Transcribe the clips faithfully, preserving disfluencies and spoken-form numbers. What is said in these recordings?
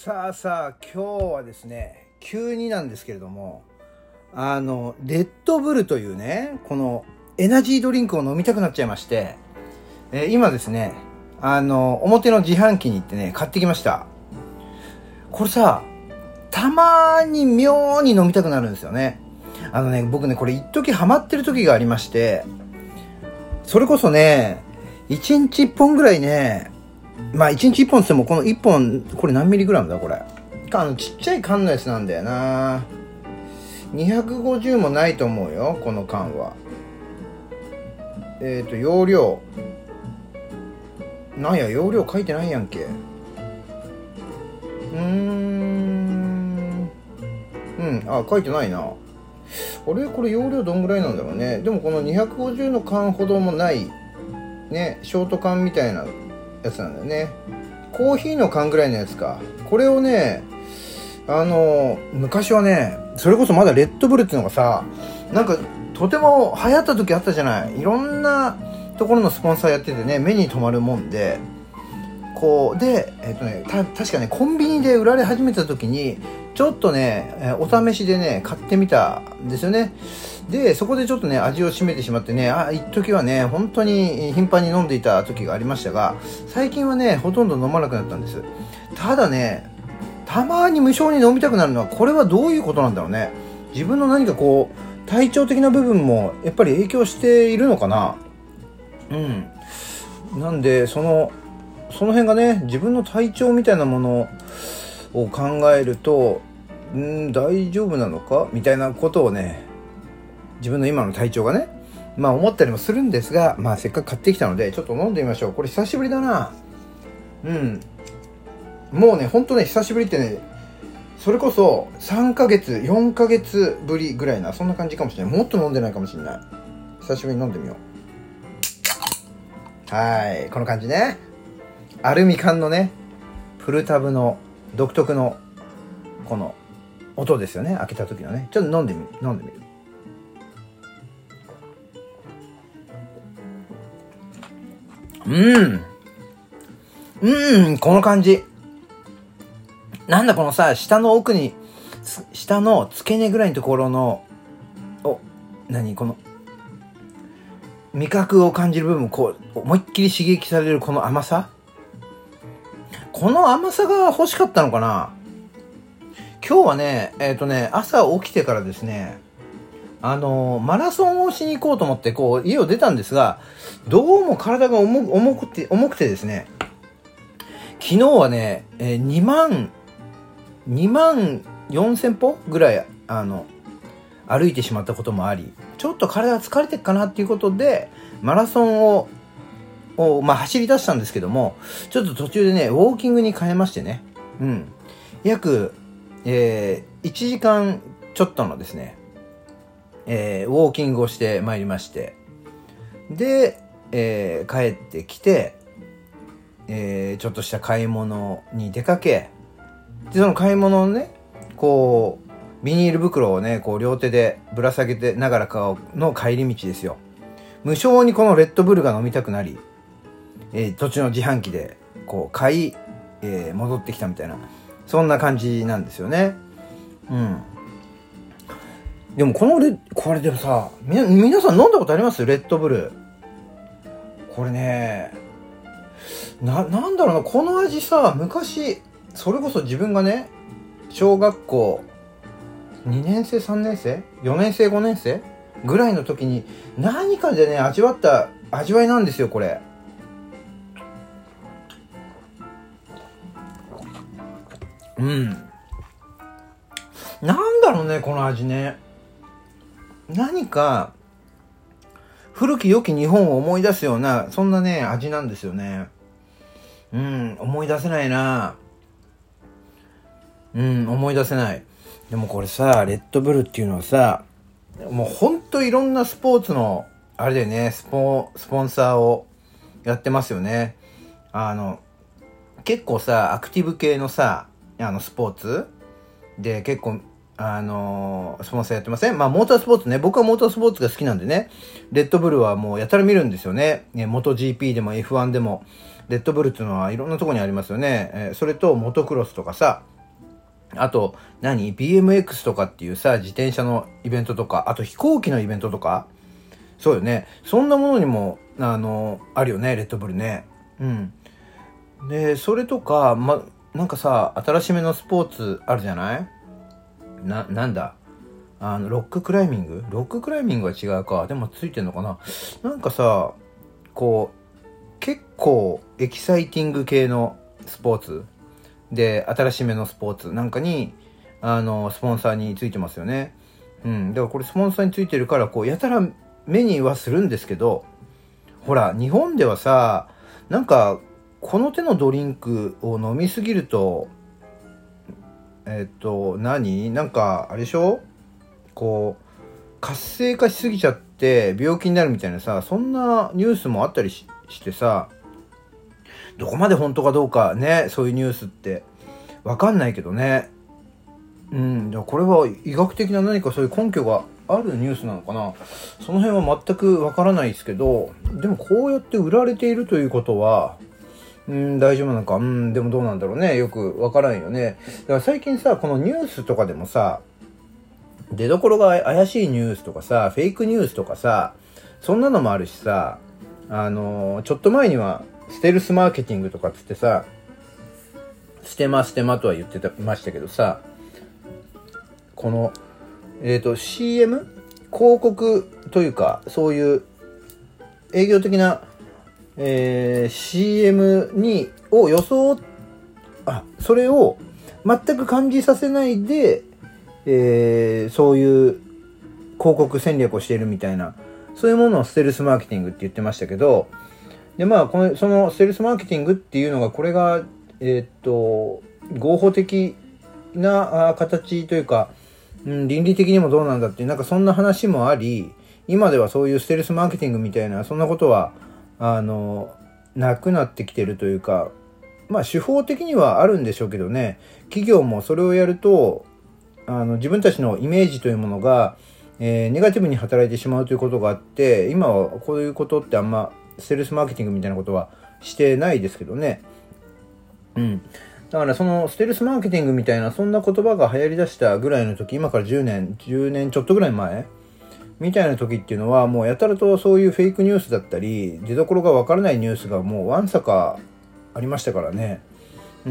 さあさあ今日はですね、急になんですけれども、あのレッドブルというね、このエナジードリンクを飲みたくなっちゃいまして、えー、今ですね、あの表の自販機に行ってね買ってきました。これさ、たまに妙に飲みたくなるんですよね。あのね、僕ねこれ一時ハマってる時がありまして、それこそねいちにちいっぽんぐらいね、まあいちにちいっぽんって言ってもこのいっぽん、これ何ミリグラムだこれ。あのちっちゃい缶のやつなんだよな。にひゃくごじゅうもないと思うよ、この缶は。えっと容量なんや、容量書いてないやんけ。うーんうんあ書いてないな。あれこれ容量どんぐらいなんだろうね。でもこのにひゃくごじゅうの缶ほどもないね、ショート缶みたいなやつなんだよね。コーヒーの缶ぐらいのやつか。これをね、あの昔はね、それこそまだレッドブルっていうのがさ、なんかとても流行った時あったじゃない。いろんなところのスポンサーやっててね、目に留まるもんで、こうで、えっとね、た確かねコンビニで売られ始めた時にちょっとね、えお試しでね買ってみたんですよね。でそこでちょっとね味を占めてしまってね、あ一時はね本当に頻繁に飲んでいた時がありましたが、最近はねほとんど飲まなくなったんです。ただね、たまに無性に飲みたくなるのは、これはどういうことなんだろうね。自分の何かこう体調的な部分もやっぱり影響しているのかな。うんなんでそのその辺がね、自分の体調みたいなものを考えると、ん大丈夫なのかみたいなことをね、自分の今の体調がね、まあ思ったりもするんですが、まあせっかく買ってきたのでちょっと飲んでみましょう。これ久しぶりだな。うんもうね、ほんとね、久しぶりってね、それこそさんかげつよんかげつぶりぐらいな、そんな感じかもしれない。もっと飲んでないかもしれない。久しぶりに飲んでみよう。はい、この感じね。アルミ缶のね、プルタブの独特のこの音ですよね。開けた時のね。ちょっと飲んでみ飲んでみる。うんうんこの感じ。なんだこのさ、下の奥に下の付け根ぐらいのところの、お何この味覚を感じる部分、こう思いっきり刺激されるこの甘さ、この甘さが欲しかったのかな。今日はね、えっとね、朝起きてからですね、あのー、マラソンをしに行こうと思ってこう家を出たんですが、どうも体が重く、重くて、重くてですね、昨日はね、えー、にまん、にまんよんせんぽぐらい、あの、歩いてしまったこともあり、ちょっと体が疲れてっかなっていうことで、マラソンをを、まあ、走り出したんですけども、ちょっと途中でねウォーキングに変えましてね、うん約、えー、いちじかんちょっとのですね、えー、ウォーキングをしてまいりまして、で、えー、帰ってきて、えー、ちょっとした買い物に出かけ、でその買い物をね、こうビニール袋をねこう両手でぶら下げてながらの帰り道ですよ。無性にこのレッドブルが飲みたくなり、えー、途中の自販機でこう買い、えー、戻ってきたみたいな、そんな感じなんですよね。うんでもこのレこれでもさ、みな皆さん飲んだことあります？レッドブル。これね、ななんだろうな、この味さ、昔それこそ自分がね小学校にねんせいさんねんせいよねんせいごねんせいぐらいの時に何かでね味わった味わいなんですよ、これ。うんなんだろうね、この味ね。何か古き良き日本を思い出すような、そんなね味なんですよね。うん思い出せないな。うん思い出せない。でもこれさ、レッドブルっていうのはさ、もうほんといろんなスポーツのあれでね、スポスポンサーをやってますよね。あの結構さ、アクティブ系のさ、あのスポーツで結構あのー、スポンサーやってません？まあ、モータースポーツね。僕はモータースポーツが好きなんでね。レッドブルはもうやたら見るんですよね。ね、モト ジーピー でも エフワン でも。レッドブルっていうのはいろんなところにありますよね。えー、それとモトクロスとかさ。あと、何 ビーエムエックス とかっていうさ、自転車のイベントとか、あと飛行機のイベントとか。そうよね。そんなものにも、あのー、あるよね、レッドブルね。うん。で、それとか、ま、なんかさ、新しめのスポーツあるじゃない？な、なんだあの、ロッククライミングロッククライミングは違うか。でもついてんのかな。なんかさ、こう、結構エキサイティング系のスポーツで、新しめのスポーツなんかに、あの、スポンサーについてますよね。うん。だからこれスポンサーについてるから、こう、やたら目にはするんですけど、ほら、日本ではさ、なんか、この手のドリンクを飲みすぎると、えっと、何なんか、あれでしょ？こう、活性化しすぎちゃって病気になるみたいなさ、そんなニュースもあったり し, してさ、どこまで本当かどうかね、そういうニュースってわかんないけどね。うん、これは医学的な何かそういう根拠があるニュースなのかな。その辺は全くわからないですけど、でもこうやって売られているということは、うん、大丈夫なのか。うん、でもどうなんだろうね。よくわからんよね。だから最近さ、このニュースとかでもさ、出どころが怪しいニュースとかさ、フェイクニュースとかさ、そんなのもあるしさ、あのー、ちょっと前にはステルスマーケティングとかつってさ、ステマステマとは言ってたましたけどさ、この、えっと、シーエム？ 広告というか、そういう営業的な、えー、シーエム に、を予想、あ、それを全く感じさせないで、えー、そういう広告戦略をしているみたいな、そういうものをステルスマーケティングって言ってましたけど、でまあこのそのステルスマーケティングっていうのが、これがえー、っと合法的な形というか、うん、倫理的にもどうなんだっていう、なんかそんな話もあり、今ではそういうステルスマーケティングみたいなそんなことはあのなくなってきてるというか、まあ手法的にはあるんでしょうけどね、企業もそれをやるとあの自分たちのイメージというものが、えー、ネガティブに働いてしまうということがあって、今はこういうことってあんまセールスマーケティングみたいなことはしてないですけどね。うん。だからそのステルスマーケティングみたいなそんな言葉が流行り出したぐらいの時、今からじゅうねん、じゅうねんちょっとぐらい前みたいな時っていうのは、もうやたらとそういうフェイクニュースだったり、出どころがわからないニュースがもうわんさかありましたからね。うん、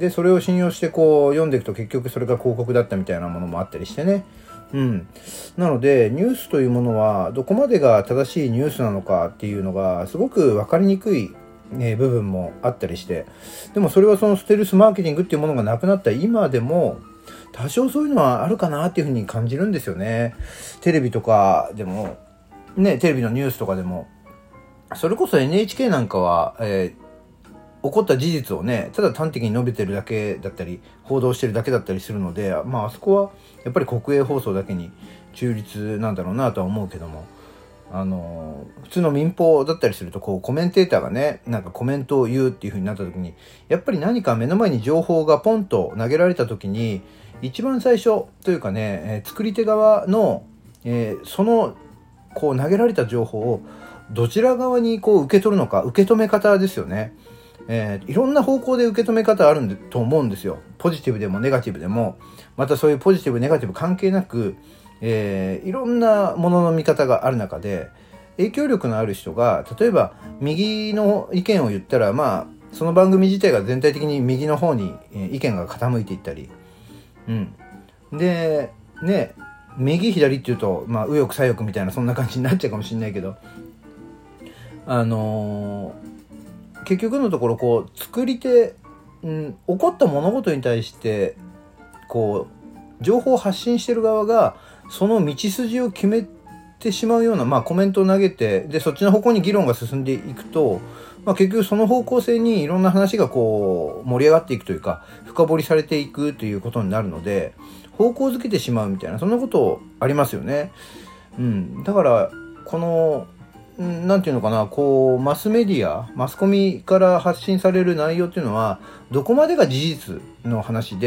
でそれを信用してこう読んでいくと、結局それが広告だったみたいなものもあったりしてね。うん、なのでニュースというものはどこまでが正しいニュースなのかっていうのがすごく分かりにくい、ね、部分もあったりして、でもそれはそのステルスマーケティングっていうものがなくなった今でも多少そういうのはあるかなっていうふうに感じるんですよね。テレビとかでもね、テレビのニュースとかでも、それこそ エヌエイチケー なんかは、えー起こった事実をね、ただ端的に述べてるだけだったり、報道してるだけだったりするので、まああそこはやっぱり国営放送だけに中立なんだろうなとは思うけども、あの普通の民放だったりすると、こうコメンテーターがね、なんかコメントを言うっていう風になった時に、やっぱり何か目の前に情報がポンと投げられた時に、一番最初というかね、えー、作り手側の、えー、そのこう投げられた情報をどちら側にこう受け取るのか、受け止め方ですよね。えー、いろんな方向で受け止め方あるんでと思うんですよ。ポジティブでもネガティブでも、またそういうポジティブネガティブ関係なく、えー、いろんなものの見方がある中で、影響力のある人が例えば右の意見を言ったら、まあその番組自体が全体的に右の方に意見が傾いていったり、うん、でね、右左っていうと、まあ右翼左翼みたいなそんな感じになっちゃうかもしれないけど、あのー結局のところこう作り手、うん、起こった物事に対してこう情報を発信してる側がその道筋を決めてしまうような、まあ、コメントを投げて、でそっちの方向に議論が進んでいくと、まあ、結局その方向性にいろんな話がこう盛り上がっていくというか、深掘りされていくということになるので、方向づけてしまうみたいな、そんなことありますよね。うん、だからこのなんていうのかな、こうマスメディア、マスコミから発信される内容っていうのはどこまでが事実の話で、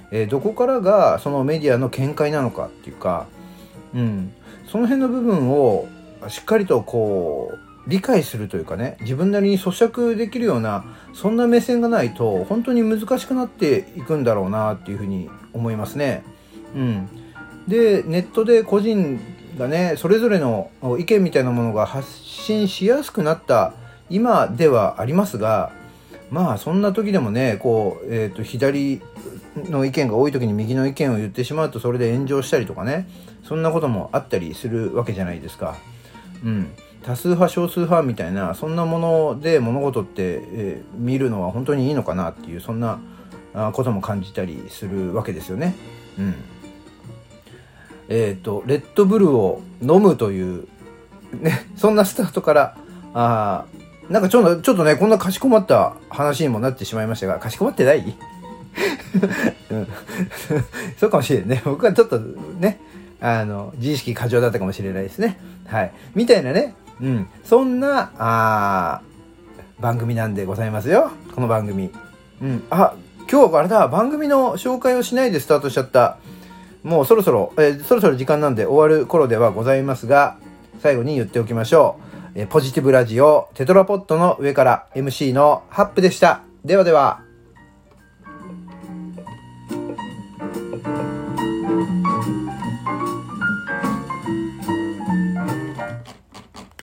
えー、どこからがそのメディアの見解なのかっていうか、うん、その辺の部分をしっかりとこう理解するというかね、自分なりに咀嚼できるようなそんな目線がないと本当に難しくなっていくんだろうなっていうふうに思いますね。うん、でネットで個人がねそれぞれの意見みたいなものが発信しやすくなった今ではありますが、まあそんな時でもねこう、えーと、左の意見が多い時に右の意見を言ってしまうとそれで炎上したりとかね、そんなこともあったりするわけじゃないですか。うん、多数派少数派みたいなそんなもので物事って、えー、見るのは本当にいいのかなっていうそんなことも感じたりするわけですよね。うん、えっとレッドブルを飲むというね、そんなスタートからあなんかちょっとちょっとねこんなかしこまった話にもなってしまいましたが、かしこまってない、うん、そうかもしれんね。僕はちょっとねあの自意識過剰だったかもしれないですね。はいみたいなね、うん、そんなあ番組なんでございますよ、この番組。うん、あ今日あれだ、番組の紹介をしないでスタートしちゃった。もうそろそろ、えー、そろそろ時間なんで終わる頃ではございますが、最後に言っておきましょう。えー、ポジティブラジオテトラポットの上から エムシー のハップでした。ではでは。